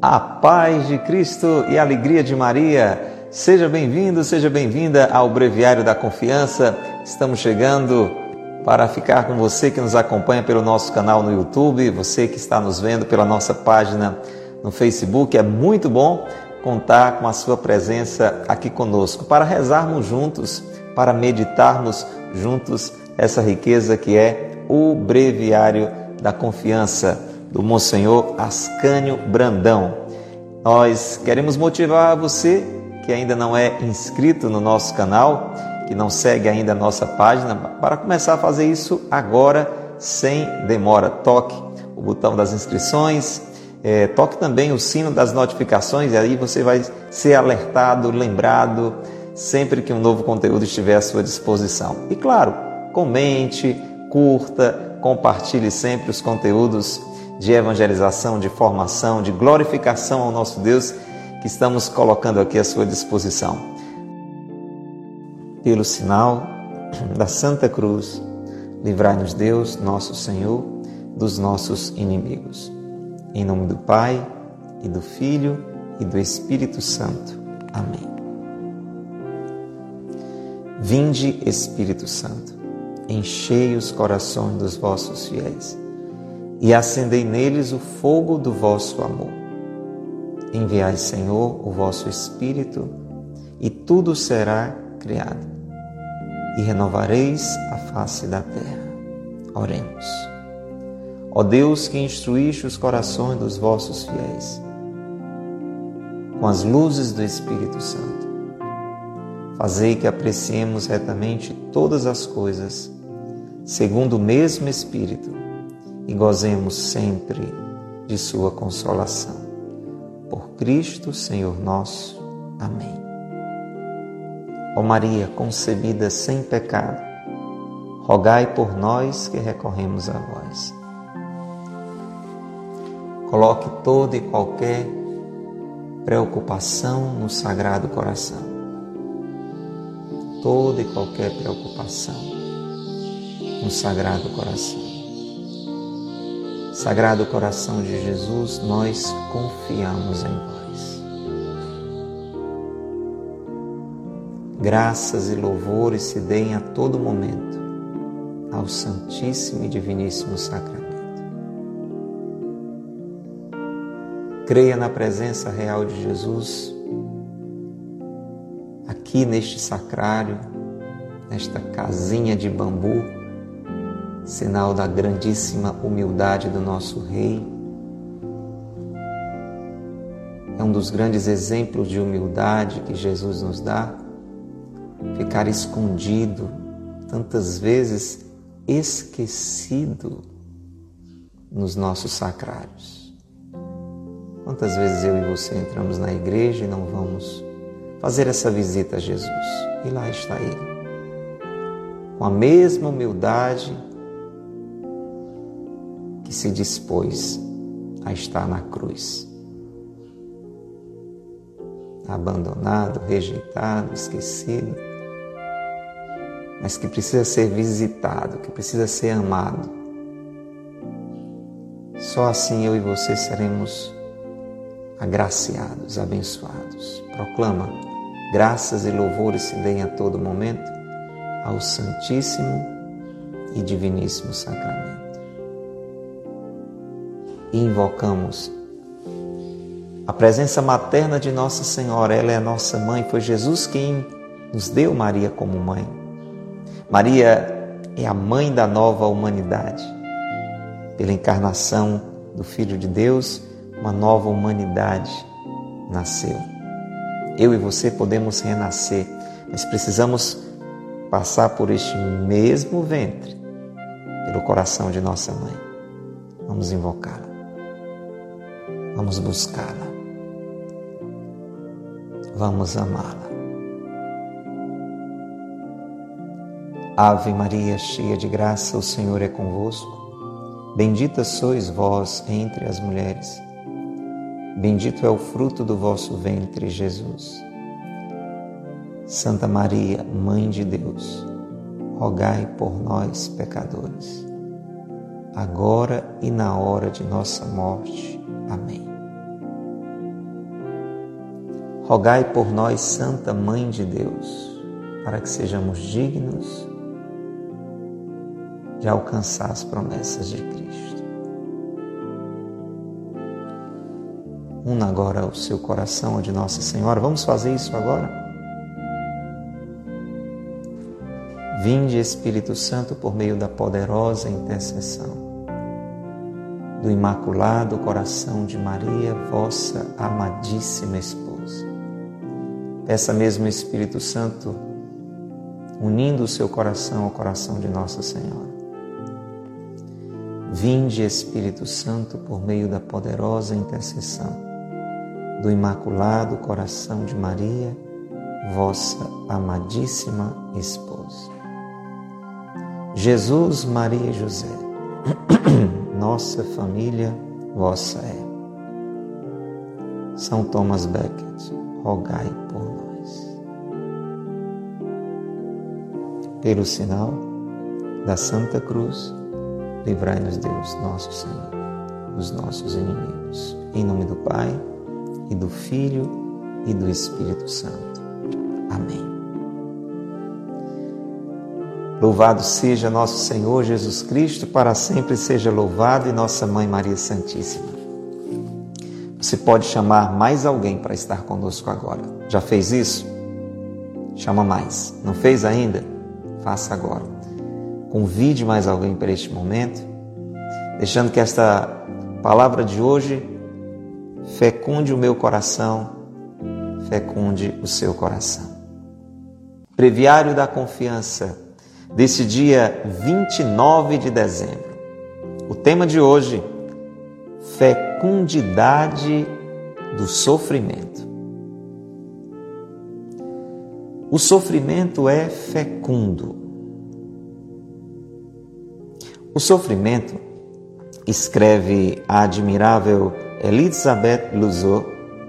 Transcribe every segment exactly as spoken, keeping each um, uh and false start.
A paz de Cristo e a alegria de Maria. Seja bem-vindo, seja bem-vinda ao Breviário da Confiança. Estamos chegando para ficar com você que nos acompanha pelo nosso canal no YouTube, você que está nos vendo pela nossa página no Facebook. É muito bom contar com a sua presença aqui conosco, para rezarmos juntos, para meditarmos juntos essa riqueza que é o Breviário da Confiança, do Monsenhor Ascânio Brandão. Nós queremos motivar você que ainda não é inscrito no nosso canal, que não segue ainda a nossa página, para começar a fazer isso agora, sem demora. Toque o botão das inscrições, é, toque também o sino das notificações, e aí você vai ser alertado, lembrado, sempre que um novo conteúdo estiver à sua disposição. E claro, comente, curta, compartilhe sempre os conteúdos de evangelização, de formação, de glorificação ao nosso Deus que estamos colocando aqui à sua disposição. Pelo sinal da Santa Cruz, livrai-nos Deus, nosso Senhor, dos nossos inimigos. Em nome do Pai, e do Filho, e do Espírito Santo. Amém. Vinde, Espírito Santo, enchei os corações dos vossos fiéis, e acendei neles o fogo do vosso amor. Enviai, Senhor, o vosso Espírito, e tudo será criado, e renovareis a face da terra. Oremos. Ó Deus, que instruíste os corações dos vossos fiéis com as luzes do Espírito Santo, fazei que apreciemos retamente todas as coisas, segundo o mesmo Espírito, e gozemos sempre de sua consolação. Por Cristo, Senhor nosso. Amém. Ó Maria, concebida sem pecado, rogai por nós que recorremos a vós. Coloque toda e qualquer preocupação no Sagrado Coração. Toda e qualquer preocupação no Sagrado Coração. Sagrado Coração de Jesus, nós confiamos em vós. Graças e louvores se deem a todo momento ao Santíssimo e Diviníssimo Sacramento. Creia na presença real de Jesus aqui neste sacrário, nesta casinha de bambu, sinal da grandíssima humildade do nosso Rei. É um dos grandes exemplos de humildade que Jesus nos dá, ficar escondido, tantas vezes esquecido nos nossos sacrários. Quantas vezes eu e você entramos na igreja e não vamos fazer essa visita a Jesus? E lá está Ele, com a mesma humildade que se dispôs a estar na cruz. Abandonado, rejeitado, esquecido, mas que precisa ser visitado, que precisa ser amado. Só assim eu e você seremos agraciados, abençoados. Proclama: graças e louvores se deem a todo momento ao Santíssimo e Diviníssimo Sacramento. E invocamos a presença materna de Nossa Senhora. Ela é a nossa mãe, foi Jesus quem nos deu Maria como mãe. Maria é a mãe da nova humanidade. Pela encarnação do Filho de Deus, uma nova humanidade nasceu. Eu e você podemos renascer, mas precisamos passar por este mesmo ventre, pelo coração de nossa mãe. Vamos invocá-la. Vamos buscá-la. Vamos amá-la. Ave Maria, cheia de graça, o Senhor é convosco. Bendita sois vós entre as mulheres. Bendito é o fruto do vosso ventre, Jesus. Santa Maria, Mãe de Deus, rogai por nós, pecadores, agora e na hora de nossa morte. Amém. rogai por nós, Santa Mãe de Deus, para que sejamos dignos de alcançar as promessas de Cristo. Una agora o seu coração ao de Nossa Senhora. Vamos fazer isso agora? Vinde, Espírito Santo, por meio da poderosa intercessão do Imaculado Coração de Maria, vossa amadíssima esposa. Peça mesmo, Espírito Santo, unindo o seu coração ao coração de Nossa Senhora. Vinde, Espírito Santo, por meio da poderosa intercessão do Imaculado Coração de Maria, vossa amadíssima esposa. Jesus, Maria e José, nossa família vossa é. São Thomas Becket, rogai por nós. Pelo sinal da Santa Cruz, livrai-nos Deus, nosso Senhor, dos nossos inimigos. Em nome do Pai, e do Filho, e do Espírito Santo. Amém. Louvado seja nosso Senhor Jesus Cristo, para sempre seja louvado, e nossa Mãe Maria Santíssima. Você pode chamar mais alguém para estar conosco agora. Já fez isso? Chama mais. Não fez ainda? Faça agora. Convide mais alguém para este momento, deixando que esta palavra de hoje fecunde o meu coração, fecunde o seu coração. Breviário da Confiança, desse dia vinte e nove de dezembro. O tema de hoje, fecundidade do sofrimento. O sofrimento é fecundo. O sofrimento, escreve a admirável Elisabeth Lussot,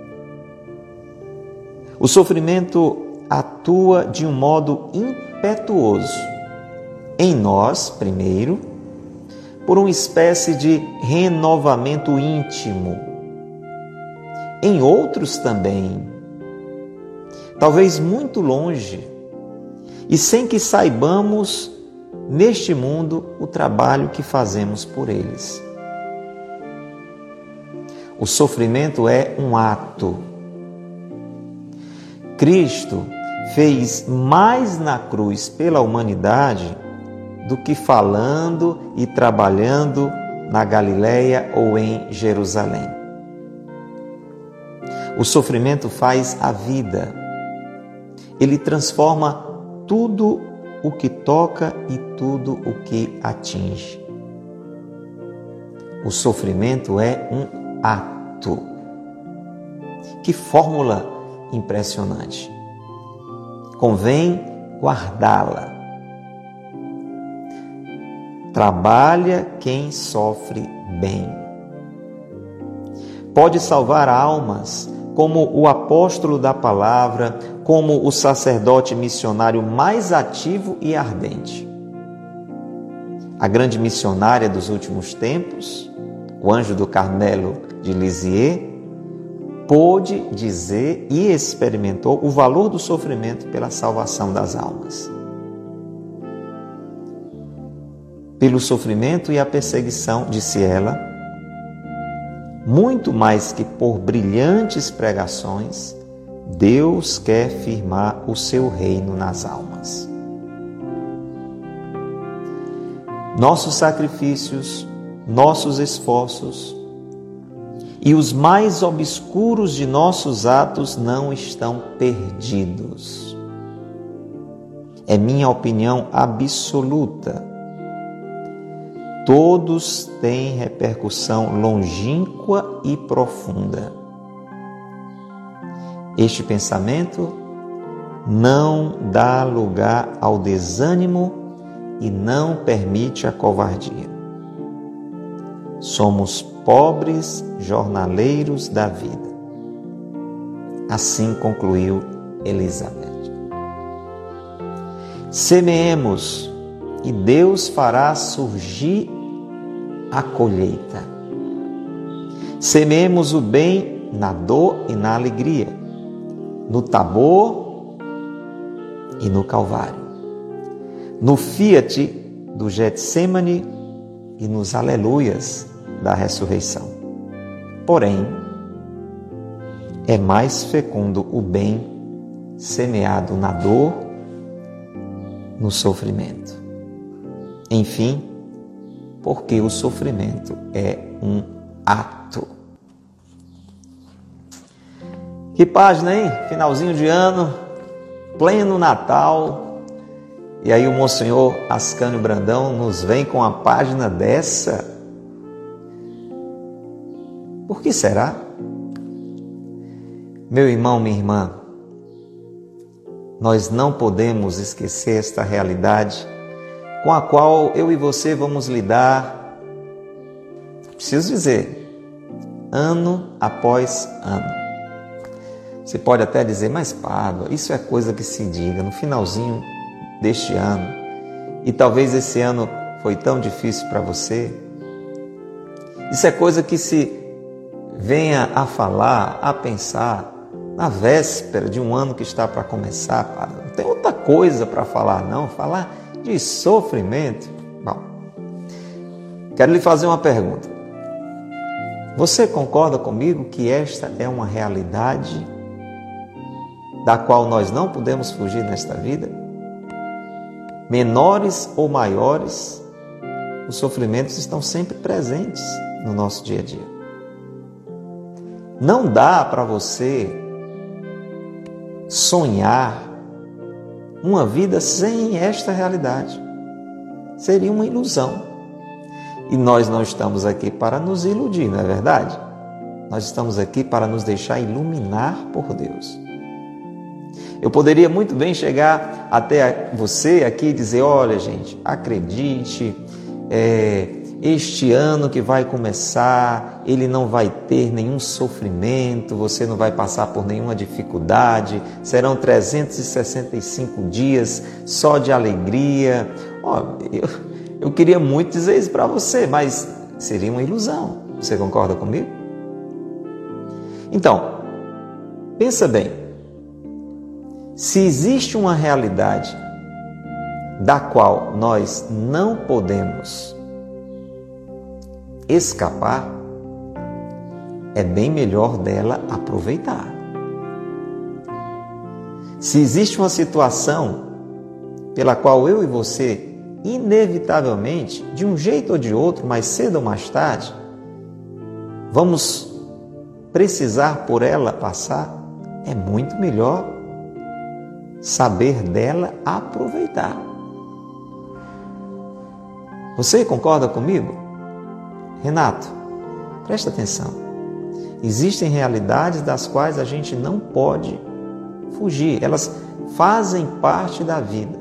o sofrimento atua de um modo impetuoso em nós, primeiro, por uma espécie de renovamento íntimo, em outros também, talvez muito longe, e sem que saibamos neste mundo o trabalho que fazemos por eles. O sofrimento é um ato. Cristo fez mais na cruz pela humanidade do que falando e trabalhando na Galileia ou em Jerusalém. O sofrimento faz a vida. Ele transforma tudo o que toca e tudo o que atinge. O sofrimento é um ato. Que fórmula impressionante! Convém guardá-la. Trabalha quem sofre bem. Pode salvar almas, como o apóstolo da palavra, como o sacerdote missionário mais ativo e ardente. A grande missionária dos últimos tempos, o anjo do Carmelo de Lisieux, pôde dizer e experimentou o valor do sofrimento pela salvação das almas. Pelo sofrimento e a perseguição, disse ela, muito mais que por brilhantes pregações, Deus quer firmar o seu reino nas almas. Nossos sacrifícios, nossos esforços e os mais obscuros de nossos atos não estão perdidos. É minha opinião absoluta. Todos têm repercussão longínqua e profunda. Este pensamento não dá lugar ao desânimo e não permite a covardia. Somos pobres jornaleiros da vida. Assim concluiu Elizabeth. Semeemos e Deus fará surgir a colheita. Semeemos o bem na dor e na alegria. no Tabor e no Calvário, no Fiat do Getsêmani e nos aleluias da ressurreição. Porém, é mais fecundo o bem semeado na dor, no sofrimento. Enfim, porque o sofrimento é um ato. Que página, hein? Finalzinho de ano, pleno Natal. E aí o Monsenhor Ascânio Brandão nos vem com a página dessa. Por que será? Meu irmão, minha irmã, nós não podemos esquecer esta realidade com a qual eu e você vamos lidar, preciso dizer, ano após ano. Você pode até dizer, mas Pádua, isso é coisa que se diga no finalzinho deste ano. E talvez esse ano foi tão difícil para você. Isso é coisa que se venha a falar, a pensar na véspera de um ano que está para começar, Pádua. Não tem outra coisa para falar, não. Falar de sofrimento. Bom, quero lhe fazer uma pergunta. Você concorda comigo que esta é uma realidade da qual nós não podemos fugir nesta vida? Menores ou maiores, os sofrimentos estão sempre presentes no nosso dia a dia. Não dá para você sonhar uma vida sem esta realidade. Seria uma ilusão. E nós não estamos aqui para nos iludir, não é verdade? Nós estamos aqui para nos deixar iluminar por Deus. Eu poderia muito bem chegar até você aqui e dizer, olha gente, acredite, é, este ano que vai começar, ele não vai ter nenhum sofrimento, você não vai passar por nenhuma dificuldade, serão trezentos e sessenta e cinco dias só de alegria. Oh, eu, eu queria muito dizer isso para você, mas seria uma ilusão. Você concorda comigo? Então, pensa bem. Se existe uma realidade da qual nós não podemos escapar, é bem melhor dela aproveitar. Se existe uma situação pela qual eu e você, inevitavelmente, de um jeito ou de outro, mais cedo ou mais tarde, vamos precisar por ela passar, é muito melhor saber dela aproveitar. Você concorda comigo? Renato, presta atenção. Existem realidades das quais a gente não pode fugir. Elas fazem parte da vida.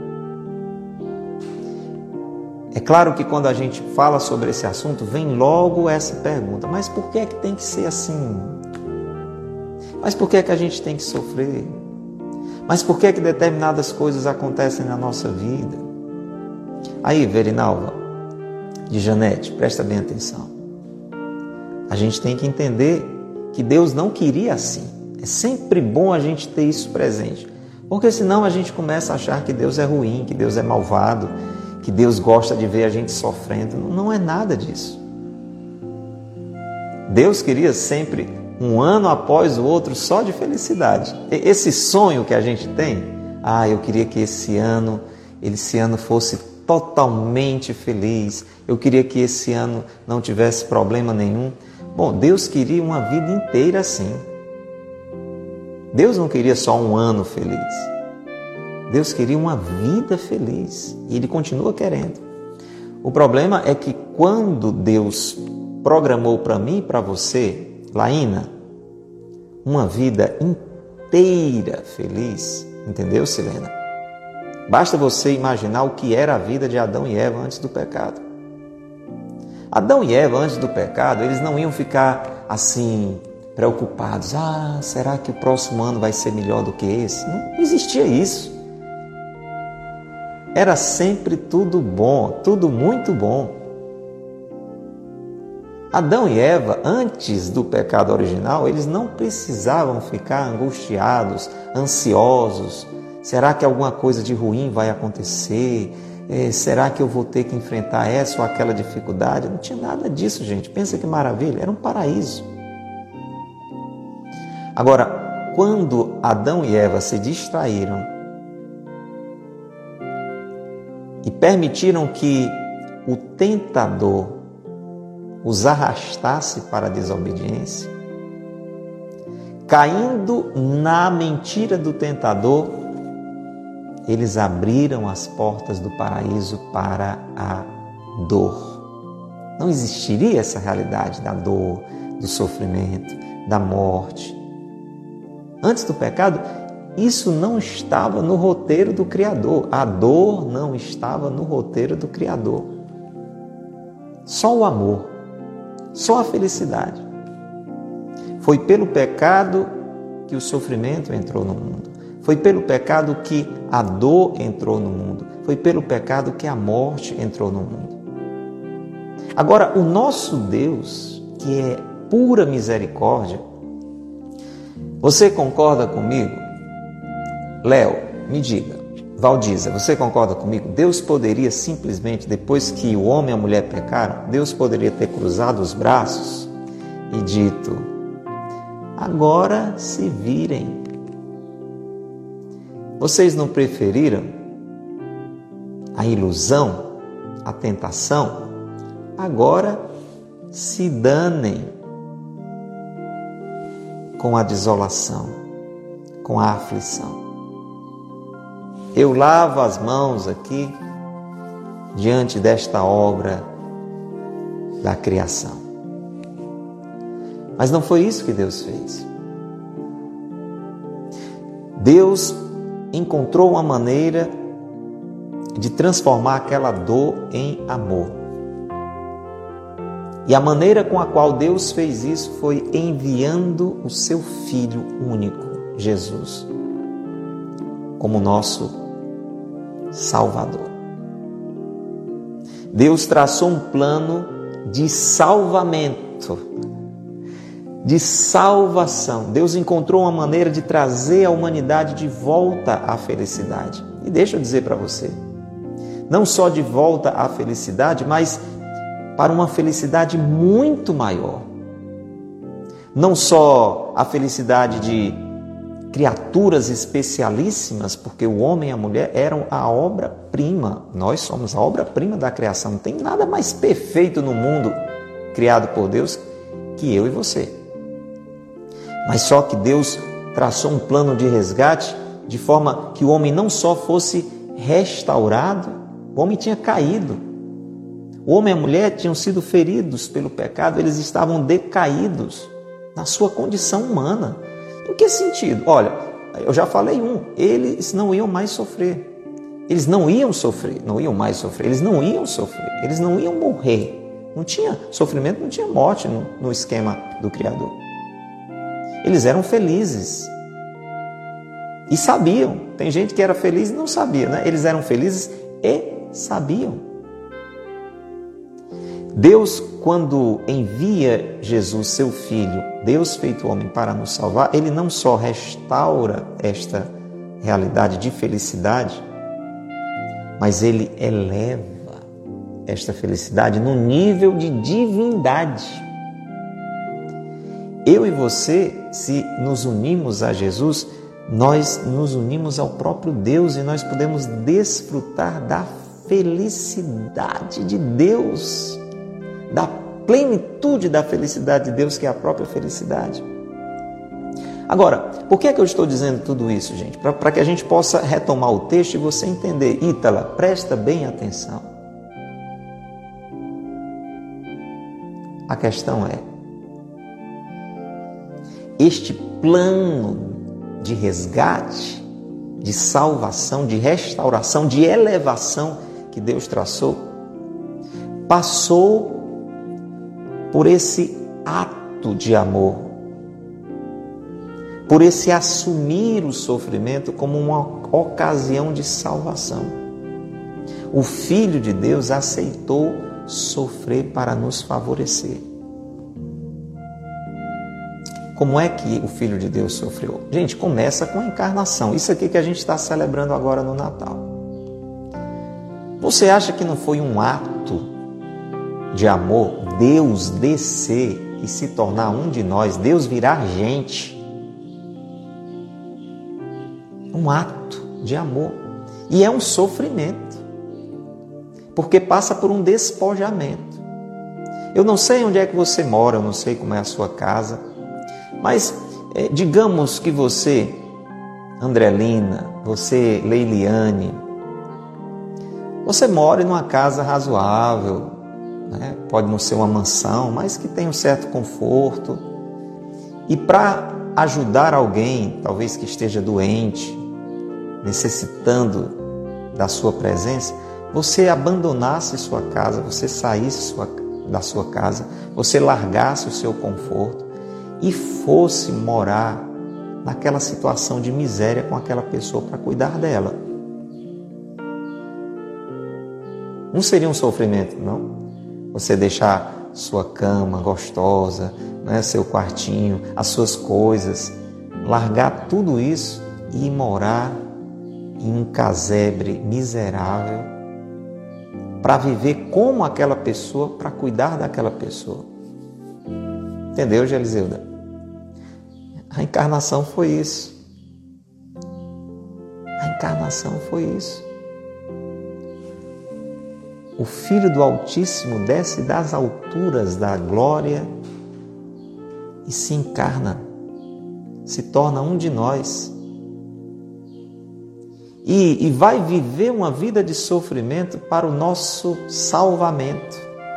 É claro que quando a gente fala sobre esse assunto, vem logo essa pergunta. Mas por que é que tem que ser assim? Mas por que é que a gente tem que sofrer? Mas por que é que determinadas coisas acontecem na nossa vida? Aí, Verinalva de Janete, presta bem atenção. A gente tem que entender que Deus não queria assim. É sempre bom a gente ter isso presente. Porque senão a gente começa a achar que Deus é ruim, que Deus é malvado, que Deus gosta de ver a gente sofrendo. Não é nada disso. Deus queria sempre um ano após o outro só de felicidade. Esse sonho que a gente tem, ah, eu queria que esse ano, esse ano fosse totalmente feliz, eu queria que esse ano não tivesse problema nenhum. Bom, Deus queria uma vida inteira assim. Deus não queria só um ano feliz. Deus queria uma vida feliz e Ele continua querendo. O problema é que quando Deus programou para mim e para você, Laína, uma vida inteira feliz, entendeu, Silena? Basta você imaginar o que era a vida de Adão e Eva antes do pecado. Adão e Eva, antes do pecado, eles não iam ficar assim, preocupados. Ah, será que o próximo ano vai ser melhor do que esse? Não existia isso. Era sempre tudo bom, tudo muito bom. Adão e Eva, antes do pecado original, eles não precisavam ficar angustiados, ansiosos. Será que alguma coisa de ruim vai acontecer? É, será que eu vou ter que enfrentar essa ou aquela dificuldade? Não tinha nada disso, gente. Pensa que maravilha, era um paraíso. Agora, quando Adão e Eva se distraíram e permitiram que o tentador os arrastasse para a desobediência, caindo na mentira do tentador, eles abriram as portas do paraíso para a dor. Não existiria essa realidade da dor, do sofrimento, da morte. Antes do pecado, isso não estava no roteiro do Criador. A dor não estava no roteiro do Criador. Só o amor, só a felicidade. Foi pelo pecado que o sofrimento entrou no mundo. Foi pelo pecado que a dor entrou no mundo. Foi pelo pecado que a morte entrou no mundo. Agora, o nosso Deus, que é pura misericórdia, você concorda comigo? Léo, me diga. Valdiza, você concorda comigo? Deus poderia simplesmente, depois que o homem e a mulher pecaram, Deus poderia ter cruzado os braços e dito: agora se virem. Vocês não preferiram a ilusão, a tentação? Agora se danem com a desolação, com a aflição. Eu lavo as mãos aqui diante desta obra da criação. Mas não foi isso que Deus fez. Deus encontrou uma maneira de transformar aquela dor em amor. E a maneira com a qual Deus fez isso foi enviando o seu Filho único, Jesus, como nosso Salvador. Deus traçou um plano de salvamento, de salvação. Deus encontrou uma maneira de trazer a humanidade de volta à felicidade. E deixa eu dizer para você, não só de volta à felicidade, mas para uma felicidade muito maior. Não só a felicidade de criaturas especialíssimas, porque o homem e a mulher eram a obra-prima. Nós somos a obra-prima da criação. Não tem nada mais perfeito no mundo criado por Deus que eu e você. Mas só que Deus traçou um plano de resgate de forma que o homem não só fosse restaurado, o homem tinha caído. O homem e a mulher tinham sido feridos pelo pecado, eles estavam decaídos na sua condição humana. Em que sentido? Olha, eu já falei um, eles não iam mais sofrer. Eles não iam sofrer, não iam mais sofrer, eles não iam sofrer, eles não iam morrer. Não tinha sofrimento, não tinha morte no, no esquema do Criador. Eles eram felizes. E sabiam. Tem gente que era feliz e não sabia, né? Eles eram felizes e sabiam. Deus, quando envia Jesus, seu Filho, Deus feito homem, para nos salvar, Ele não só restaura esta realidade de felicidade, mas Ele eleva esta felicidade no nível de divindade. Eu e você, se nos unimos a Jesus, nós nos unimos ao próprio Deus e nós podemos desfrutar da felicidade de Deus, da plenitude da felicidade de Deus, que é a própria felicidade. Agora, por que é que eu estou dizendo tudo isso, gente? Para que a gente possa retomar o texto e você entender. Ítala, presta bem atenção. A questão é, este plano de resgate, de salvação, de restauração, de elevação que Deus traçou, passou por esse ato de amor, por esse assumir o sofrimento como uma ocasião de salvação. O Filho de Deus aceitou sofrer para nos favorecer. Como é que o Filho de Deus sofreu? Gente, começa com a encarnação. Isso aqui que a gente está celebrando agora no Natal. Você acha que não foi um ato de amor Deus descer e se tornar um de nós, Deus virar gente? Um ato de amor. E é um sofrimento, porque passa por um despojamento. Eu não sei onde é que você mora, eu não sei como é a sua casa, mas é, digamos que você, Andrelina, você, Leiliane, você mora em uma casa razoável, né? Pode não ser uma mansão, mas que tem um certo conforto. E para ajudar alguém, talvez que esteja doente, necessitando da sua presença, você abandonasse sua casa, você saísse sua, da sua casa, você largasse o seu conforto e fosse morar naquela situação de miséria com aquela pessoa para cuidar dela. Não seria um sofrimento, não? Você deixar sua cama gostosa, né, seu quartinho, as suas coisas, largar tudo isso e morar em um casebre miserável para viver como aquela pessoa, para cuidar daquela pessoa. Entendeu, Geliseuda? A encarnação foi isso. A encarnação foi isso. O Filho do Altíssimo desce das alturas da glória e se encarna, se torna um de nós. E, e vai viver uma vida de sofrimento para o nosso salvamento.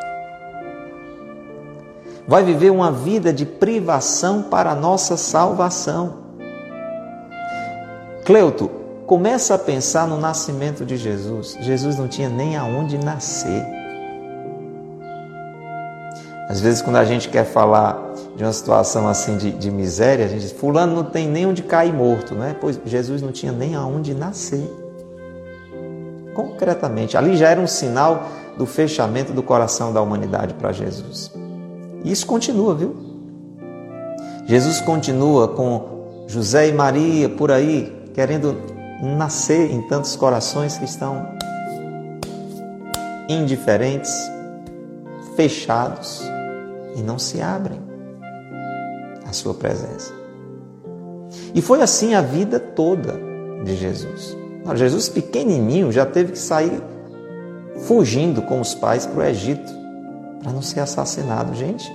Vai viver uma vida de privação para a nossa salvação. Cleuto, começa a pensar no nascimento de Jesus. Jesus não tinha nem aonde nascer. Às vezes, quando a gente quer falar de uma situação assim de, de miséria, a gente diz, fulano não tem nem onde cair morto, né? Pois Jesus não tinha nem aonde nascer. Concretamente, ali já era um sinal do fechamento do coração da humanidade para Jesus. E isso continua, viu? Jesus continua com José e Maria por aí, querendo nascer em tantos corações que estão indiferentes, fechados e não se abrem à sua presença. E foi assim a vida toda de Jesus. Jesus pequenininho já teve que sair fugindo com os pais para o Egito para não ser assassinado, gente.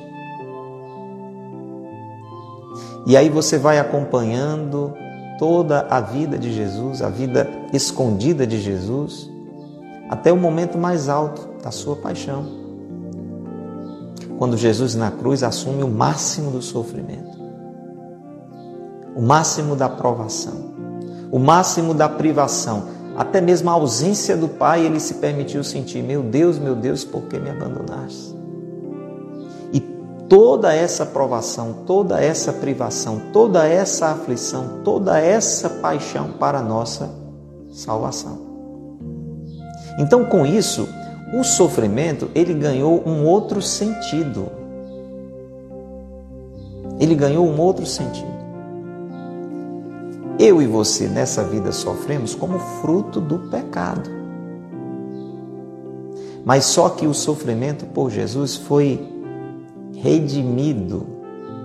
E aí você vai acompanhando toda a vida de Jesus, a vida escondida de Jesus, até o momento mais alto da sua paixão. Quando Jesus na cruz assume o máximo do sofrimento, o máximo da provação, o máximo da privação, até mesmo a ausência do Pai, ele se permitiu sentir, meu Deus, meu Deus, por que me abandonaste? E toda essa provação, toda essa privação, toda essa aflição, toda essa paixão para a nossa salvação. Então, com isso, o sofrimento, ele ganhou um outro sentido. Ele ganhou um outro sentido. Eu e você nessa vida sofremos como fruto do pecado. Mas só que o sofrimento por Jesus foi redimido,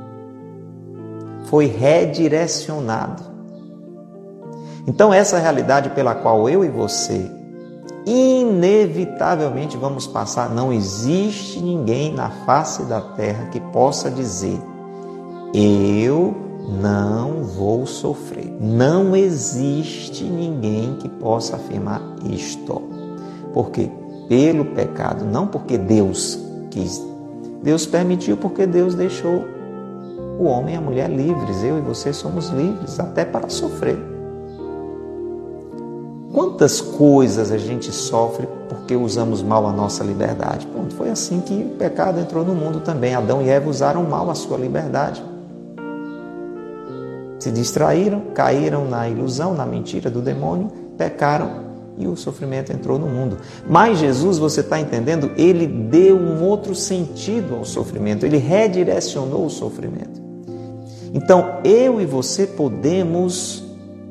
foi redirecionado. Então essa realidade pela qual eu e você inevitavelmente vamos passar, não existe ninguém na face da terra que possa dizer, eu não vou sofrer. Não existe ninguém que possa afirmar isto. Por quê? Pelo pecado, não porque Deus quis. Deus permitiu porque Deus deixou o homem e a mulher livres. Eu e você somos livres até para sofrer. Quantas coisas a gente sofre porque usamos mal a nossa liberdade? Ponto. Foi assim que o pecado entrou no mundo também. Adão e Eva usaram mal a sua liberdade. Se distraíram, caíram na ilusão, na mentira do demônio, pecaram e o sofrimento entrou no mundo. Mas Jesus, você está entendendo? Ele deu um outro sentido ao sofrimento, ele redirecionou o sofrimento. Então, eu e você podemos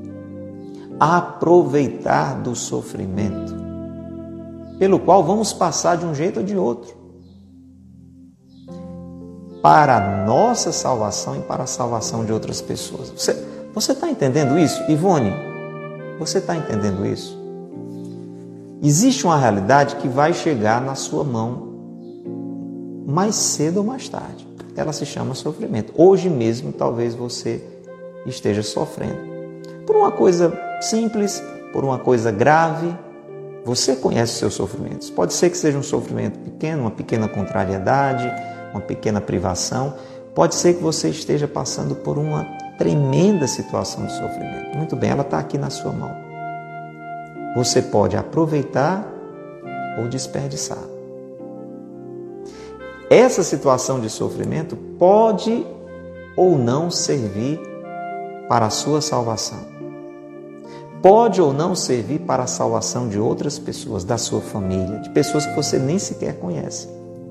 aproveitar do sofrimento, pelo qual vamos passar de um jeito ou de outro, para a nossa salvação e para a salvação de outras pessoas. Você você está entendendo isso? Ivone, você está entendendo isso? Existe uma realidade que vai chegar na sua mão mais cedo ou mais tarde. Ela se chama sofrimento. Hoje mesmo, talvez você esteja sofrendo por uma coisa simples, por uma coisa grave. Você conhece os seus sofrimentos. Pode ser que seja um sofrimento pequeno, uma pequena contrariedade, uma pequena privação. Pode ser que você esteja passando por uma tremenda situação de sofrimento. Muito bem, ela está aqui na sua mão. Você pode aproveitar ou desperdiçar. Essa situação de sofrimento pode ou não servir para a sua salvação. Pode ou não servir para a salvação de outras pessoas, da sua família, de pessoas que você nem sequer conhece.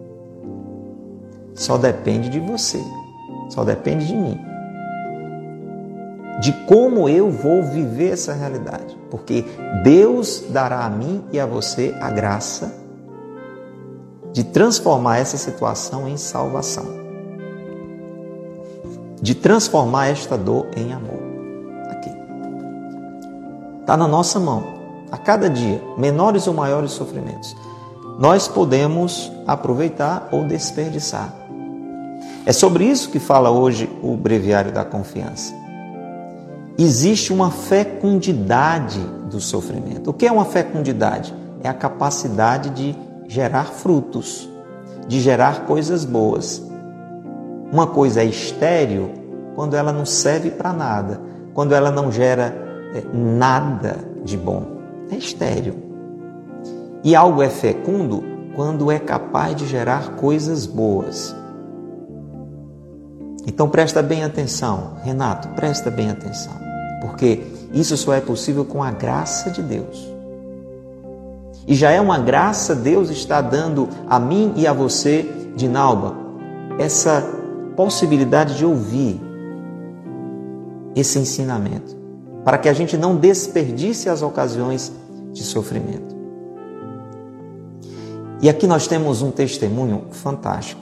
Só depende de você, só depende de mim, de como eu vou viver essa realidade, porque Deus dará a mim e a você a graça de transformar essa situação em salvação, de transformar esta dor em amor. Aqui está na nossa mão. A cada dia, menores ou maiores sofrimentos, nós podemos aproveitar ou desperdiçar. É sobre isso que fala hoje o Breviário da Confiança. Existe uma fecundidade do sofrimento. O que é uma fecundidade? É a capacidade de gerar frutos, de gerar coisas boas. Uma coisa é estéril quando ela não serve para nada, quando ela não gera nada de bom. É estéril. E algo é fecundo quando é capaz de gerar coisas boas. Então presta bem atenção, Renato, presta bem atenção, porque isso só é possível com a graça de Deus. E já é uma graça Deus está dando a mim e a você, Dinalba, essa possibilidade de ouvir esse ensinamento, para que a gente não desperdice as ocasiões de sofrimento. E aqui nós temos um testemunho fantástico.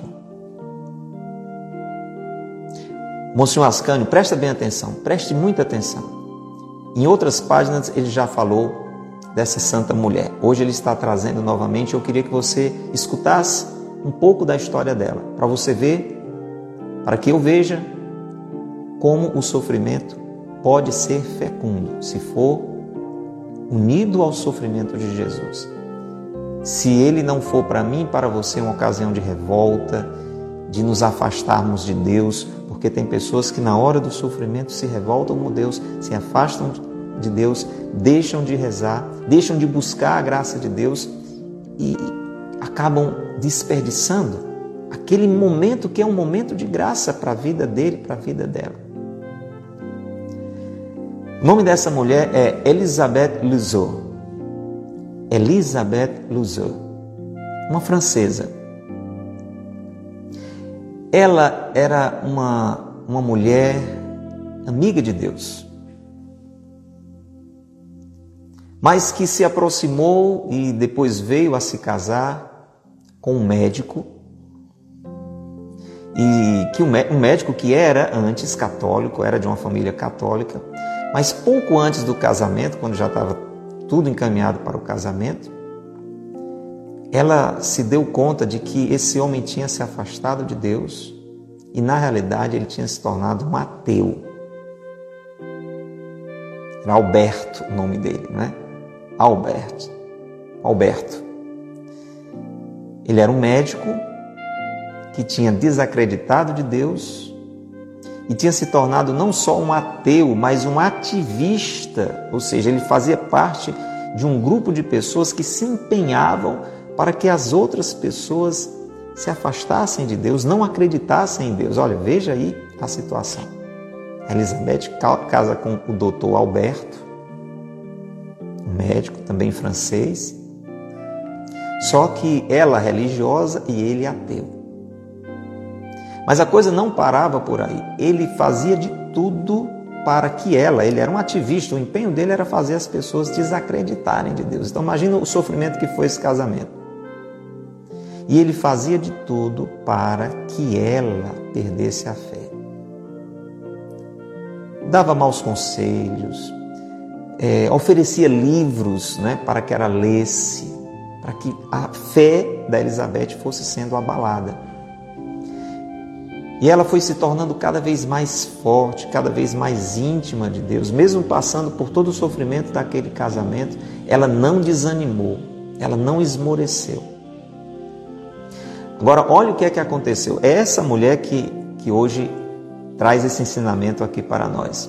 Monsenhor Ascânio, presta bem atenção, preste muita atenção. Em outras páginas ele já falou dessa santa mulher. Hoje ele está trazendo novamente, eu queria que você escutasse um pouco da história dela, para você ver, para que eu veja como o sofrimento pode ser fecundo, se for unido ao sofrimento de Jesus. Se ele não for para mim e para você uma ocasião de revolta, de nos afastarmos de Deus, porque tem pessoas que na hora do sofrimento se revoltam com Deus, se afastam de Deus, deixam de rezar, deixam de buscar a graça de Deus e acabam desperdiçando aquele momento que é um momento de graça para a vida dele, para a vida dela. O nome dessa mulher é Elisabeth Luzeau. Elisabeth Luzeau, uma francesa. Ela era uma, uma mulher amiga de Deus, mas que se aproximou e depois veio a se casar com um médico, e que um médico que era antes católico, era de uma família católica, mas pouco antes do casamento, quando já estava tudo encaminhado para o casamento, ela se deu conta de que esse homem tinha se afastado de Deus e, na realidade, ele tinha se tornado um ateu. Era Alberto o nome dele, né? Alberto. Alberto. Ele era um médico que tinha desacreditado de Deus e tinha se tornado não só um ateu, mas um ativista, ou seja, ele fazia parte de um grupo de pessoas que se empenhavam para que as outras pessoas se afastassem de Deus, não acreditassem em Deus. Olha, veja aí a situação. A Elizabeth casa com o doutor Alberto, um médico também francês, só que ela religiosa e ele ateu. Mas a coisa não parava por aí. Ele fazia de tudo para que ela, ele era um ativista, o empenho dele era fazer as pessoas desacreditarem de Deus. Então imagina o sofrimento que foi esse casamento. E ele fazia de tudo para que ela perdesse a fé. Dava maus conselhos, é, oferecia livros, né, para que ela lesse, para que a fé da Elizabeth fosse sendo abalada. E ela foi se tornando cada vez mais forte, cada vez mais íntima de Deus. Mesmo passando por todo o sofrimento daquele casamento, ela não desanimou, ela não esmoreceu. Agora, olha o que é que aconteceu. É essa mulher que, que hoje traz esse ensinamento aqui para nós.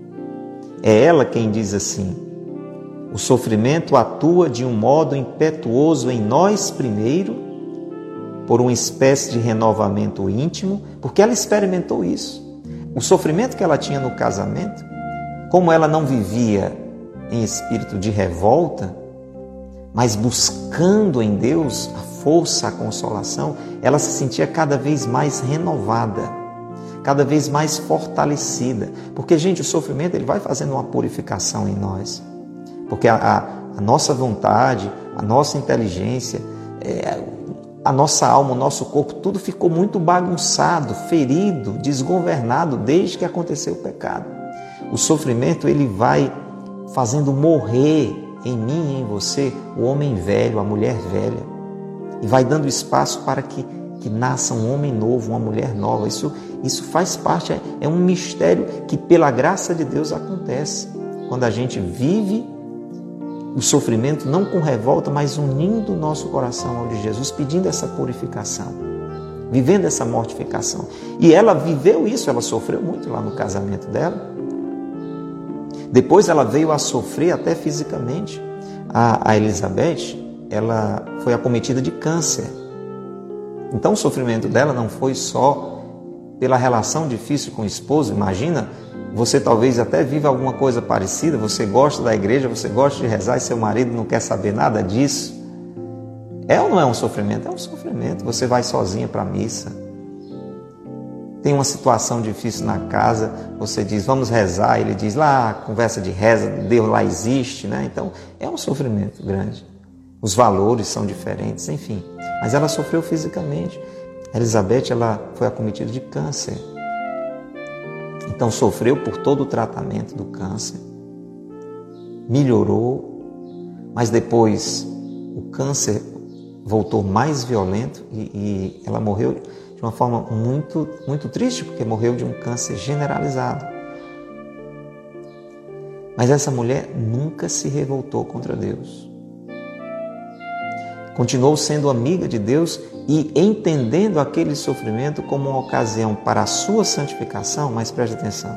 É ela quem diz assim: o sofrimento atua de um modo impetuoso em nós primeiro, por uma espécie de renovamento íntimo, porque ela experimentou isso. O sofrimento que ela tinha no casamento, como ela não vivia em espírito de revolta, mas buscando em Deus a força, a consolação, ela se sentia cada vez mais renovada, cada vez mais fortalecida. Porque, gente, o sofrimento ele vai fazendo uma purificação em nós. Porque a, a, a nossa vontade, a nossa inteligência, é, a nossa alma, o nosso corpo, tudo ficou muito bagunçado, ferido, desgovernado desde que aconteceu o pecado. O sofrimento ele vai fazendo morrer em mim e em você o homem velho, a mulher velha, e vai dando espaço para que, que nasça um homem novo, uma mulher nova. Isso, isso faz parte, é, é um mistério que pela graça de Deus acontece quando a gente vive o sofrimento não com revolta, mas unindo o nosso coração ao de Jesus, pedindo essa purificação, vivendo essa mortificação. E ela viveu isso, ela sofreu muito lá no casamento dela. Depois ela veio a sofrer até fisicamente. A, a Elizabeth, ela foi acometida de câncer. Então o sofrimento dela não foi só pela relação difícil com o esposo. Imagina, você talvez até viva alguma coisa parecida, você gosta da igreja, você gosta de rezar e seu marido não quer saber nada disso. É ou não é um sofrimento? É um sofrimento. Você vai sozinha para a missa, tem uma situação difícil na casa, você diz, vamos rezar, ele diz, lá, conversa de reza, Deus lá existe, né? Então, é um sofrimento grande. Os valores são diferentes, enfim. Mas ela sofreu fisicamente. A Elizabeth, ela foi acometida de câncer. Então sofreu por todo o tratamento do câncer, melhorou, mas depois o câncer voltou mais violento e, e ela morreu de uma forma muito, muito triste, porque morreu de um câncer generalizado. Mas essa mulher nunca se revoltou contra Deus. Continuou sendo amiga de Deus e entendendo aquele sofrimento como uma ocasião para a sua santificação, mas preste atenção,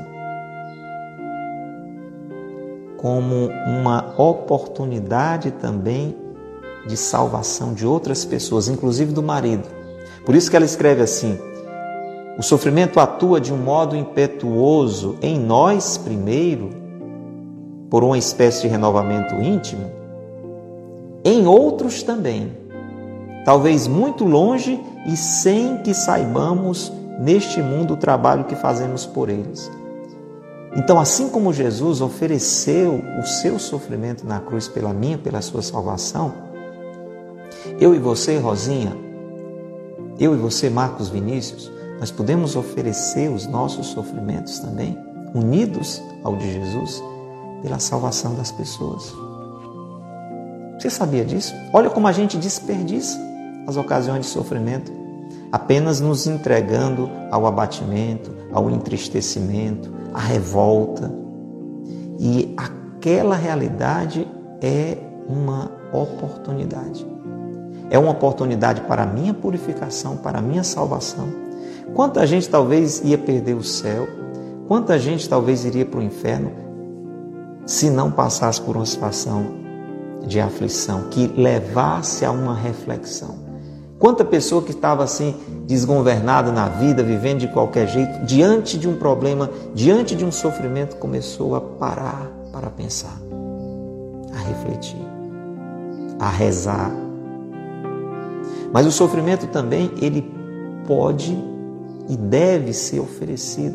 como uma oportunidade também de salvação de outras pessoas, inclusive do marido. Por isso que ela escreve assim: o sofrimento atua de um modo impetuoso em nós primeiro, por uma espécie de renovamento íntimo, em outros também, talvez muito longe e sem que saibamos neste mundo o trabalho que fazemos por eles. Então, assim como Jesus ofereceu o seu sofrimento na cruz pela minha, pela sua salvação, eu e você, Rosinha, eu e você, Marcos Vinícius, nós podemos oferecer os nossos sofrimentos também, unidos ao de Jesus, pela salvação das pessoas. Você sabia disso? Olha como a gente desperdiça as ocasiões de sofrimento, apenas nos entregando ao abatimento, ao entristecimento, à revolta. E aquela realidade é uma oportunidade. É uma oportunidade para a minha purificação, para a minha salvação. Quanta gente talvez ia perder o céu, quanta gente talvez iria para o inferno, se não passasse por uma situação de aflição, que levasse a uma reflexão. Quanta pessoa que estava assim, desgovernada na vida, vivendo de qualquer jeito, diante de um problema, diante de um sofrimento, começou a parar para pensar, a refletir, a rezar. Mas o sofrimento também, ele pode e deve ser oferecido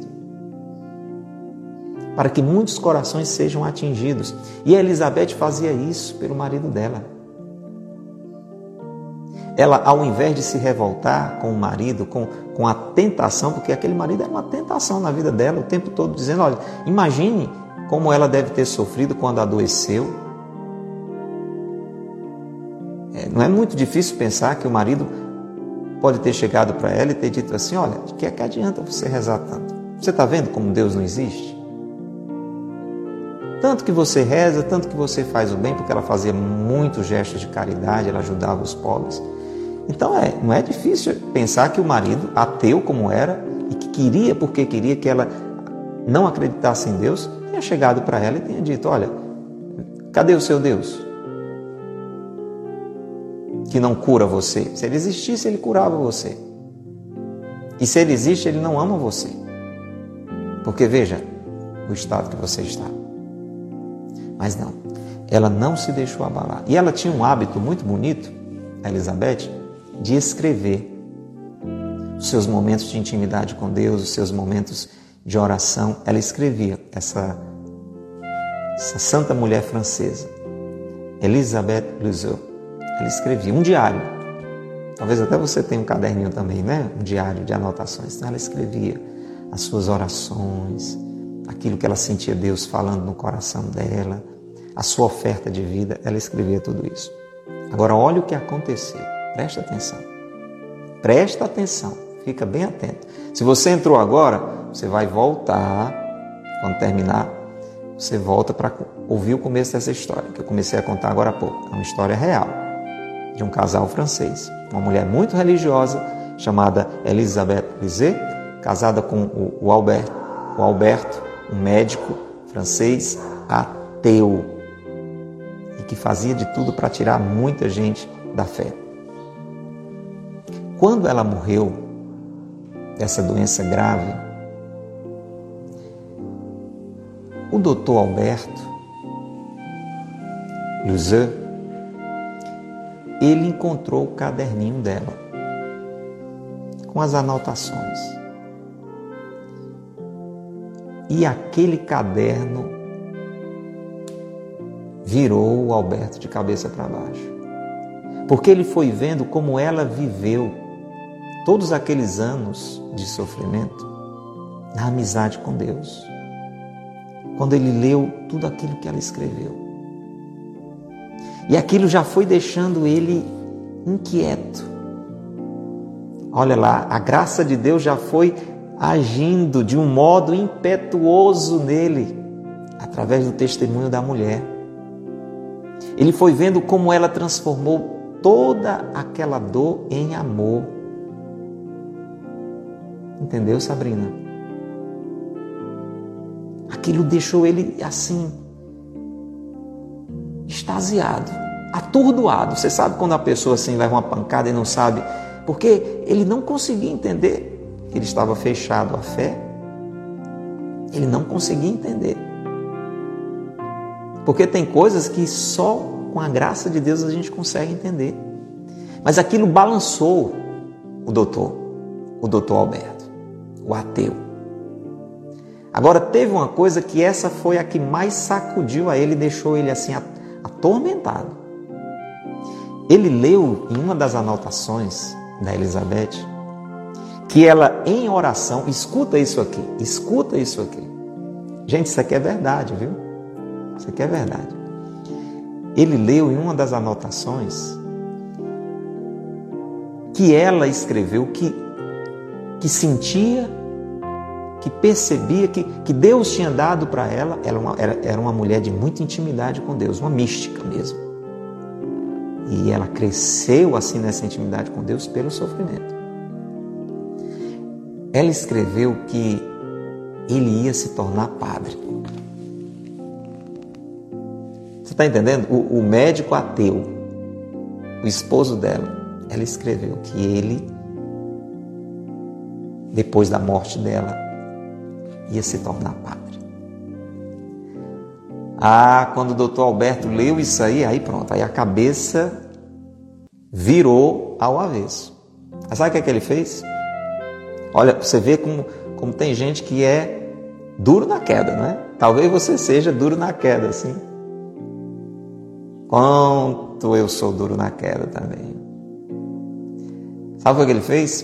para que muitos corações sejam atingidos. E a Elizabeth fazia isso pelo marido dela. Ela, ao invés de se revoltar com o marido, com, com a tentação, porque aquele marido era uma tentação na vida dela o tempo todo, dizendo, olha, imagine como ela deve ter sofrido quando adoeceu. É, não é muito difícil pensar que o marido pode ter chegado para ela e ter dito assim, olha, de que é que adianta você rezar tanto? Você está vendo como Deus não existe? Tanto que você reza, tanto que você faz o bem, porque ela fazia muitos gestos de caridade, ela ajudava os pobres. Então é, não é difícil pensar que o marido, ateu como era, e que queria, porque queria que ela não acreditasse em Deus, tenha chegado para ela e tenha dito, olha, cadê o seu Deus? Que não cura você. Se ele existisse, ele curava você. E se ele existe, ele não ama você. Porque veja o estado que você está. Mas não, ela não se deixou abalar. E ela tinha um hábito muito bonito, a Elizabeth, de escrever os seus momentos de intimidade com Deus, os seus momentos de oração. Ela escrevia, essa, essa santa mulher francesa, Elisabeth Loiseau. Ela escrevia um diário. Talvez até você tenha um caderninho também, né? Um diário de anotações. Então ela escrevia as suas orações, aquilo que ela sentia Deus falando no coração dela, a sua oferta de vida, ela escrevia tudo isso. Agora olha o que aconteceu, presta atenção, presta atenção, fica bem atento. Se você entrou agora, você vai voltar, quando terminar, você volta para ouvir o começo dessa história, que eu comecei a contar agora há pouco. É uma história real, de um casal francês, uma mulher muito religiosa, chamada Elisabeth Loiseau, casada com o, o Albert, o Alberto, um médico francês ateu e que fazia de tudo para tirar muita gente da fé. Quando ela morreu dessa doença grave, o doutor Alberto Loiseau, ele encontrou o caderninho dela com as anotações. E aquele caderno virou o Alberto de cabeça para baixo. Porque ele foi vendo como ela viveu todos aqueles anos de sofrimento na amizade com Deus. Quando ele leu tudo aquilo que ela escreveu. E aquilo já foi deixando ele inquieto. Olha lá, a graça de Deus já foi agindo de um modo impetuoso nele, através do testemunho da mulher. Ele foi vendo como ela transformou toda aquela dor em amor. Entendeu, Sabrina? Aquilo deixou ele assim, extasiado, atordoado. Você sabe quando a pessoa assim leva uma pancada e não sabe? Porque ele não conseguia entender. Ele estava fechado à fé. Ele não conseguia entender. Porque tem coisas que só com a graça de Deus a gente consegue entender. Mas aquilo balançou o doutor, o doutor Alberto, o ateu. Agora teve uma coisa que essa foi a que mais sacudiu a ele e deixou ele assim atormentado. Ele leu em uma das anotações da Elizabeth que ela em oração, escuta isso aqui, escuta isso aqui. Gente, isso aqui é verdade, viu? Isso aqui é verdade. Ele leu em uma das anotações que ela escreveu que, que sentia, que percebia que, que Deus tinha dado para ela, ela uma, era, era uma mulher de muita intimidade com Deus, uma mística mesmo. E ela cresceu assim nessa intimidade com Deus pelo sofrimento. Ela escreveu que ele ia se tornar padre. Você está entendendo? O, o médico ateu, o esposo dela, ela escreveu que ele, depois da morte dela, ia se tornar padre. Ah, quando o doutor Alberto leu isso aí, aí pronto, aí a cabeça virou ao avesso. Mas sabe o que é que ele fez? Olha, você vê como, como tem gente que é duro na queda, não é? Talvez você seja duro na queda, assim. Quanto eu sou duro na queda também. Sabe o que ele fez?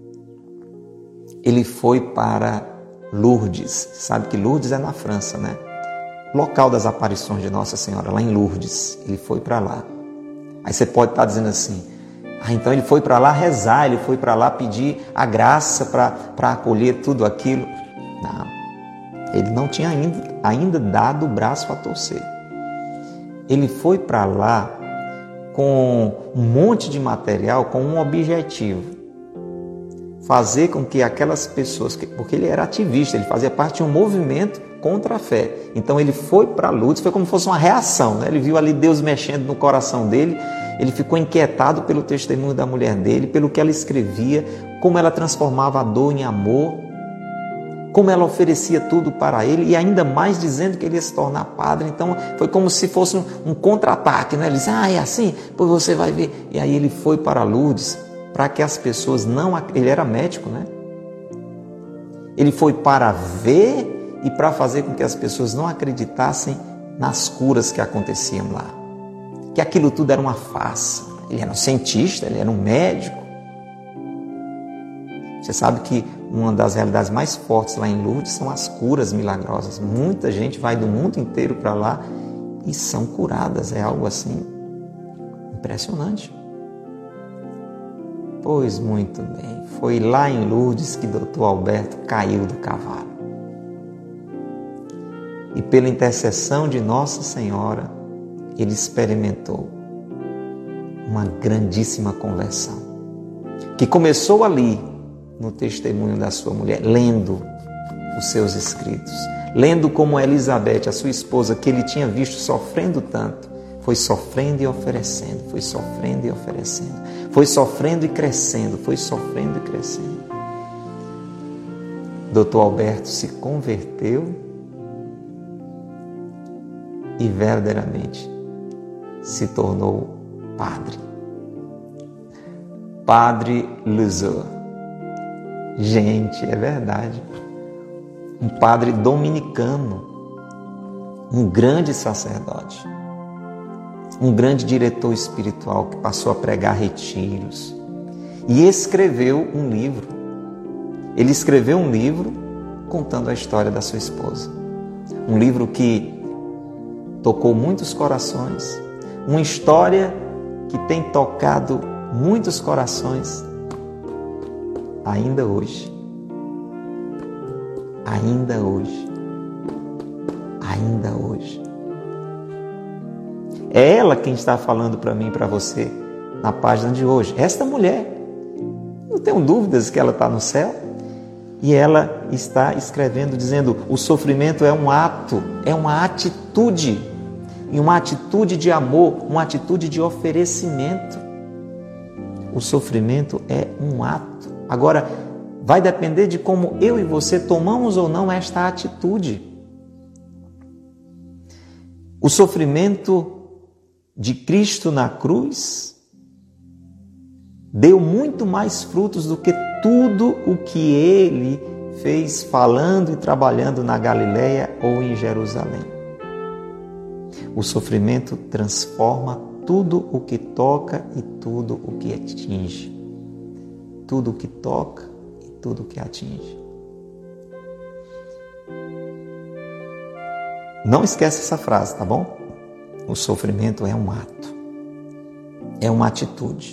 Ele foi para Lourdes. Sabe que Lourdes é na França, né? Local das aparições de Nossa Senhora, lá em Lourdes. Ele foi para lá. Aí você pode estar dizendo assim, ah, então ele foi para lá rezar, ele foi para lá pedir a graça para acolher tudo aquilo. Não, ele não tinha ainda, ainda dado o braço a torcer. Ele foi para lá com um monte de material, com um objetivo. Fazer com que aquelas pessoas, porque ele era ativista, ele fazia parte de um movimento contra a fé. Então ele foi para Lourdes, foi como se fosse uma reação, né? Ele viu ali Deus mexendo no coração dele, ele ficou inquietado pelo testemunho da mulher dele, pelo que ela escrevia, como ela transformava a dor em amor, como ela oferecia tudo para ele e ainda mais dizendo que ele ia se tornar padre. Então foi como se fosse um, um contra-ataque, né? Ele disse, ah, é assim? Pois você vai ver. E aí ele foi para Lourdes para que as pessoas não... Ele era médico, né? Ele foi para ver e para fazer com que as pessoas não acreditassem nas curas que aconteciam lá. Que aquilo tudo era uma farsa. Ele era um cientista, ele era um médico. Você sabe que uma das realidades mais fortes lá em Lourdes são as curas milagrosas. Muita gente vai do mundo inteiro para lá e são curadas. É algo assim impressionante. Pois muito bem, foi lá em Lourdes que doutor Alberto caiu do cavalo. E pela intercessão de Nossa Senhora, ele experimentou uma grandíssima conversão, que começou ali, no testemunho da sua mulher, lendo os seus escritos, lendo como Elizabeth, a sua esposa, que ele tinha visto sofrendo tanto, foi sofrendo e oferecendo, foi sofrendo e oferecendo, foi sofrendo e crescendo, foi sofrendo e crescendo. doutor Alberto se converteu e verdadeiramente se tornou padre. Padre Lisieux. Gente, é verdade. Um padre dominicano, um grande sacerdote, um grande diretor espiritual que passou a pregar retiros e escreveu um livro. Ele escreveu um livro contando a história da sua esposa. Um livro que tocou muitos corações, uma história que tem tocado muitos corações ainda hoje. Ainda hoje. Ainda hoje. É ela quem está falando para mim e para você na página de hoje. Esta mulher. Não tenho dúvidas que ela está no céu. E ela está escrevendo, dizendo, o sofrimento é um ato, é uma atitude. E uma atitude de amor, uma atitude de oferecimento. O sofrimento é um ato. Agora, vai depender de como eu e você tomamos ou não esta atitude. O sofrimento de Cristo na cruz deu muito mais frutos do que tudo o que Ele fez falando e trabalhando na Galileia ou em Jerusalém. O sofrimento transforma tudo o que toca e tudo o que atinge. Tudo o que toca e tudo o que atinge. Não esquece essa frase, tá bom? O sofrimento é um ato. É uma atitude.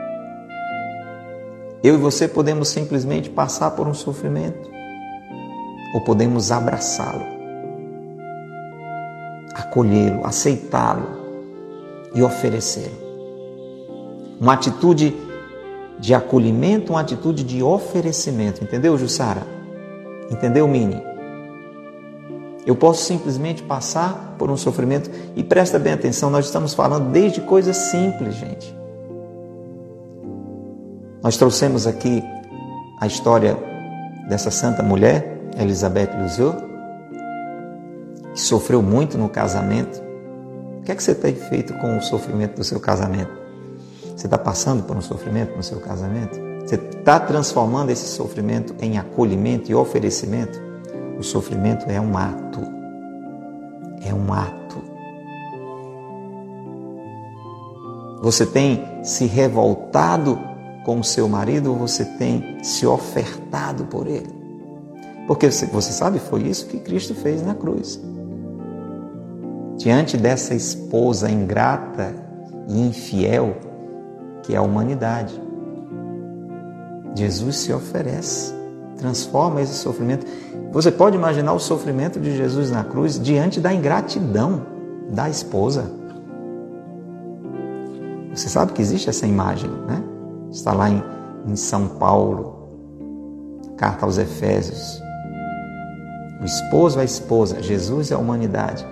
Eu e você podemos simplesmente passar por um sofrimento ou podemos abraçá-lo, acolhê-lo, aceitá-lo e oferecê-lo. Uma atitude de acolhimento, uma atitude de oferecimento. Entendeu, Jussara? Entendeu, Mini? Eu posso simplesmente passar por um sofrimento e presta bem atenção, nós estamos falando desde coisas simples, gente. Nós trouxemos aqui a história dessa santa mulher, Elizabeth Lisieux, que sofreu muito no casamento. O que é que você tem feito com o sofrimento do seu casamento? Você está passando por um sofrimento no seu casamento? Você está transformando esse sofrimento em acolhimento e oferecimento? O sofrimento é um ato. É um ato. Você tem se revoltado com o seu marido ou você tem se ofertado por ele? Porque você sabe, foi isso que Cristo fez na cruz. Diante dessa esposa ingrata e infiel que é a humanidade, Jesus se oferece, transforma esse sofrimento. Você pode imaginar o sofrimento de Jesus na cruz diante da ingratidão da esposa. Você sabe que existe essa imagem, né? Está lá em, em São Paulo, carta aos Efésios. O esposo à esposa, Jesus é a humanidade.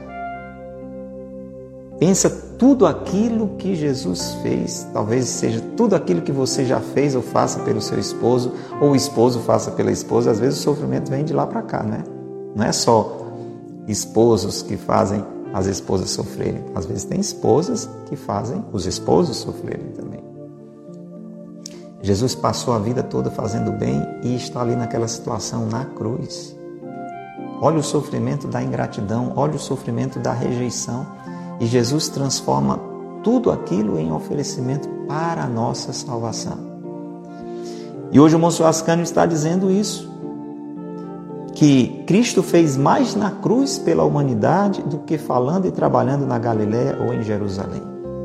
Pensa tudo aquilo que Jesus fez, talvez seja tudo aquilo que você já fez ou faça pelo seu esposo, ou o esposo faça pela esposa. Às vezes o sofrimento vem de lá para cá, né? Não é só esposos que fazem as esposas sofrerem. Às vezes tem esposas que fazem os esposos sofrerem também. Jesus passou a vida toda fazendo bem e está ali naquela situação na cruz. Olha o sofrimento da ingratidão, olha o sofrimento da rejeição. E Jesus transforma tudo aquilo em oferecimento para a nossa salvação. E hoje o Monsenhor Ascânio está dizendo isso, que Cristo fez mais na cruz pela humanidade do que falando e trabalhando na Galiléia ou em Jerusalém.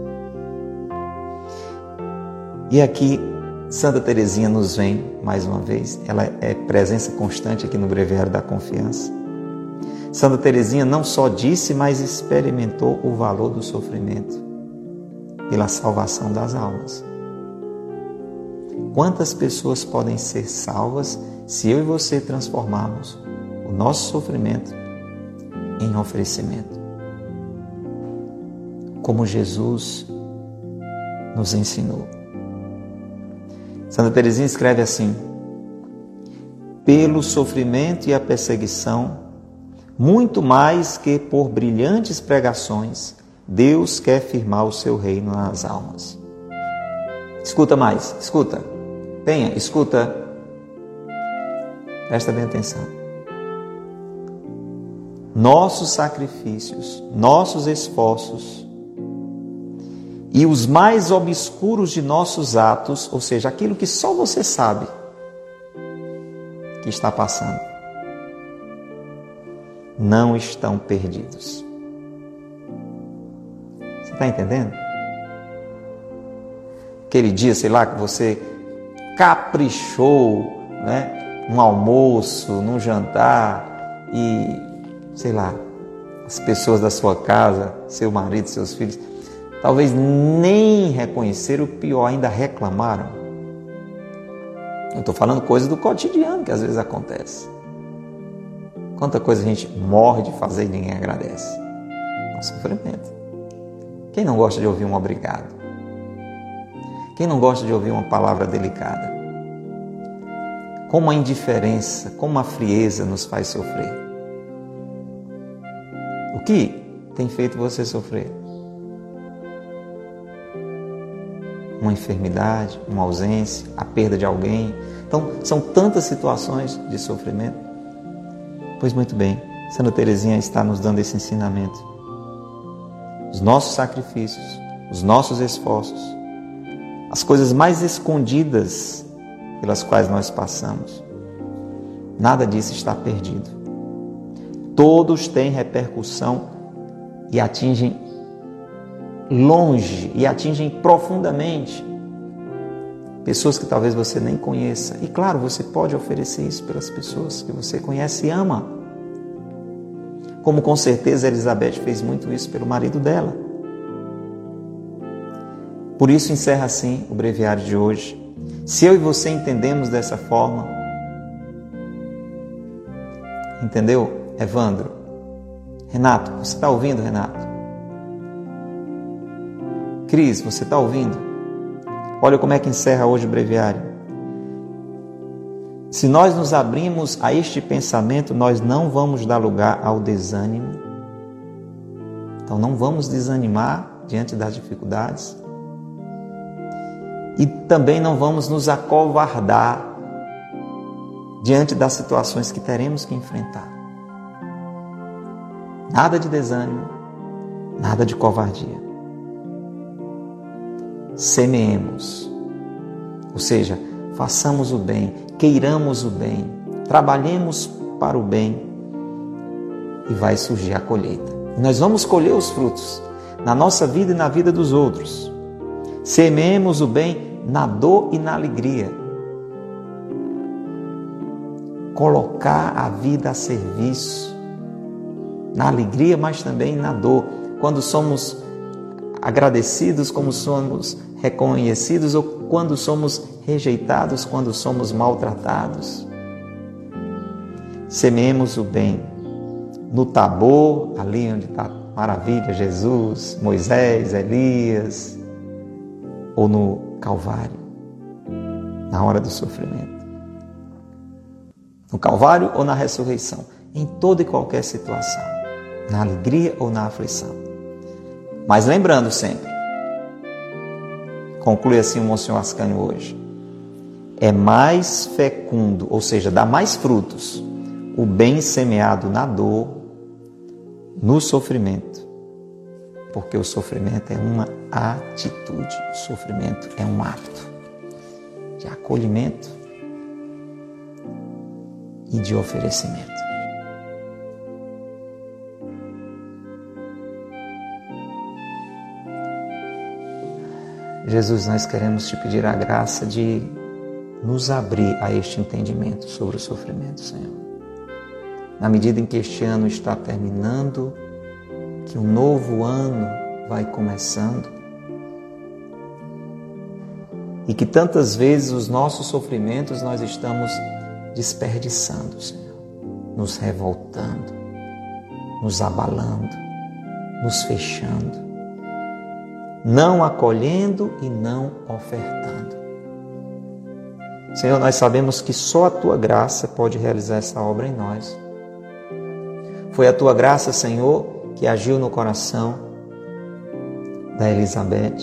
E aqui Santa Teresinha nos vem mais uma vez, ela é presença constante aqui no Breviário da Confiança. Santa Teresinha não só disse, mas experimentou o valor do sofrimento pela salvação das almas. Quantas pessoas podem ser salvas se eu e você transformarmos o nosso sofrimento em oferecimento? Como Jesus nos ensinou. Santa Teresinha escreve assim: pelo sofrimento e a perseguição, muito mais que por brilhantes pregações, Deus quer firmar o seu reino nas almas. Escuta mais, escuta. Venha, escuta. Presta bem atenção. Nossos sacrifícios, nossos esforços e os mais obscuros de nossos atos, ou seja, aquilo que só você sabe que está passando, não estão perdidos. Você está entendendo? Aquele dia, sei lá, que você caprichou, né, num almoço, num jantar, e, sei lá, as pessoas da sua casa, seu marido, seus filhos, talvez nem reconheceram, o pior, ainda reclamaram. Eu estou falando coisa do cotidiano que às vezes acontece. Quanta coisa a gente morre de fazer e ninguém agradece. É um sofrimento. Quem não gosta de ouvir um obrigado? Quem não gosta de ouvir uma palavra delicada? Como a indiferença, como a frieza nos faz sofrer. O que tem feito você sofrer? Uma enfermidade, uma ausência, a perda de alguém. Então, são tantas situações de sofrimento. Pois muito bem, Santa Teresinha está nos dando esse ensinamento. Os nossos sacrifícios, os nossos esforços, as coisas mais escondidas pelas quais nós passamos, nada disso está perdido. Todos têm repercussão e atingem longe e atingem profundamente pessoas que talvez você nem conheça. E claro, você pode oferecer isso pelas pessoas que você conhece e ama. Como com certeza Elizabeth fez muito isso pelo marido dela. Por isso encerra assim o breviário de hoje. Se eu e você entendemos dessa forma, entendeu, Evandro? Renato, você está ouvindo, Renato? Cris, você está ouvindo? Olha como é que encerra hoje o breviário. Se nós nos abrimos a este pensamento, nós não vamos dar lugar ao desânimo. Então não vamos desanimar diante das dificuldades. E também não vamos nos acovardar diante das situações que teremos que enfrentar. Nada de desânimo, nada de covardia. Semeemos, ou seja, façamos o bem, queiramos o bem, trabalhemos para o bem e vai surgir a colheita. Nós vamos colher os frutos na nossa vida e na vida dos outros. Semeemos o bem na dor e na alegria. Colocar a vida a serviço, na alegria, mas também na dor. Quando somos agradecidos, como somos reconhecidos, ou quando somos rejeitados, quando somos maltratados. Semeemos o bem no Tabor, ali onde está maravilha, Jesus, Moisés, Elias, ou no Calvário, na hora do sofrimento. No Calvário ou na ressurreição, em toda e qualquer situação, na alegria ou na aflição. Mas lembrando sempre, conclui assim o Monsenhor Ascânio hoje, é mais fecundo, ou seja, dá mais frutos, o bem semeado na dor, no sofrimento, porque o sofrimento é uma atitude, o sofrimento é um ato de acolhimento e de oferecimento. Jesus, nós queremos te pedir a graça de nos abrir a este entendimento sobre o sofrimento, Senhor. Na medida em que este ano está terminando, que um novo ano vai começando, e que tantas vezes os nossos sofrimentos nós estamos desperdiçando, Senhor, nos revoltando, nos abalando, nos fechando, não acolhendo e não ofertando. Senhor, nós sabemos que só a Tua graça pode realizar essa obra em nós. Foi a Tua graça, Senhor, que agiu no coração da Elizabeth,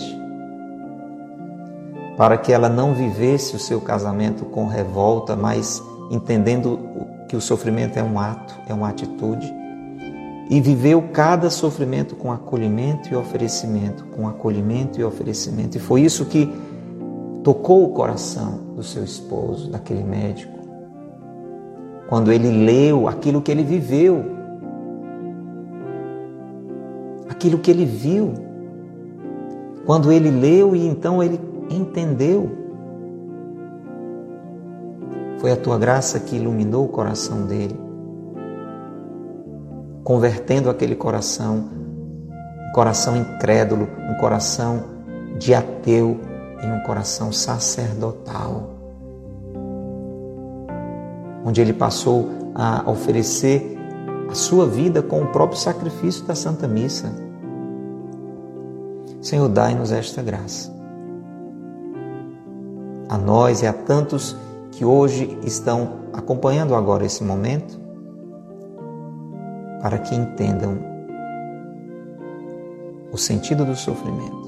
para que ela não vivesse o seu casamento com revolta, mas entendendo que o sofrimento é um ato, é uma atitude, e viveu cada sofrimento com acolhimento e oferecimento, com acolhimento e oferecimento. E foi isso que tocou o coração do seu esposo, daquele médico, quando ele leu aquilo que ele viveu, aquilo que ele viu, quando ele leu e então ele entendeu. Foi a Tua graça que iluminou o coração dele, convertendo aquele coração, um coração incrédulo, um coração de ateu, em um coração sacerdotal, onde ele passou a oferecer a sua vida com o próprio sacrifício da Santa Missa. Senhor, dai-nos esta graça, a nós e a tantos que hoje estão acompanhando agora esse momento, para que entendam o sentido do sofrimento,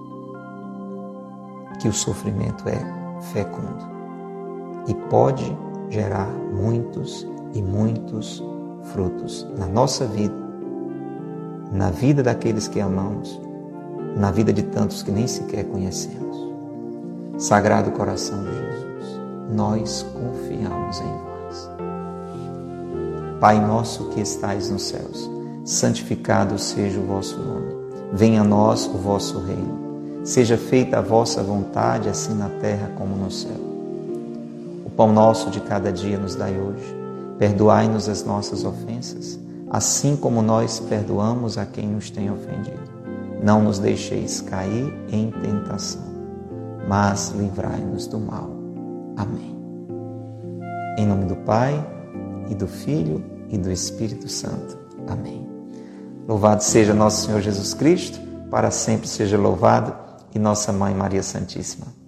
que o sofrimento é fecundo e pode gerar muitos e muitos frutos na nossa vida, na vida daqueles que amamos, na vida de tantos que nem sequer conhecemos. Sagrado coração de Jesus, nós confiamos em vós. Pai nosso que estais nos céus, santificado seja o vosso nome. Venha a nós o vosso reino. Seja feita a vossa vontade, assim na terra como no céu. O pão nosso de cada dia nos dai hoje. Perdoai-nos as nossas ofensas, assim como nós perdoamos a quem nos tem ofendido. Não nos deixeis cair em tentação, mas livrai-nos do mal. Amém. Em nome do Pai, e do Filho, e do Espírito Santo. Amém. Louvado seja nosso Senhor Jesus Cristo, para sempre seja louvado, e nossa Mãe Maria Santíssima.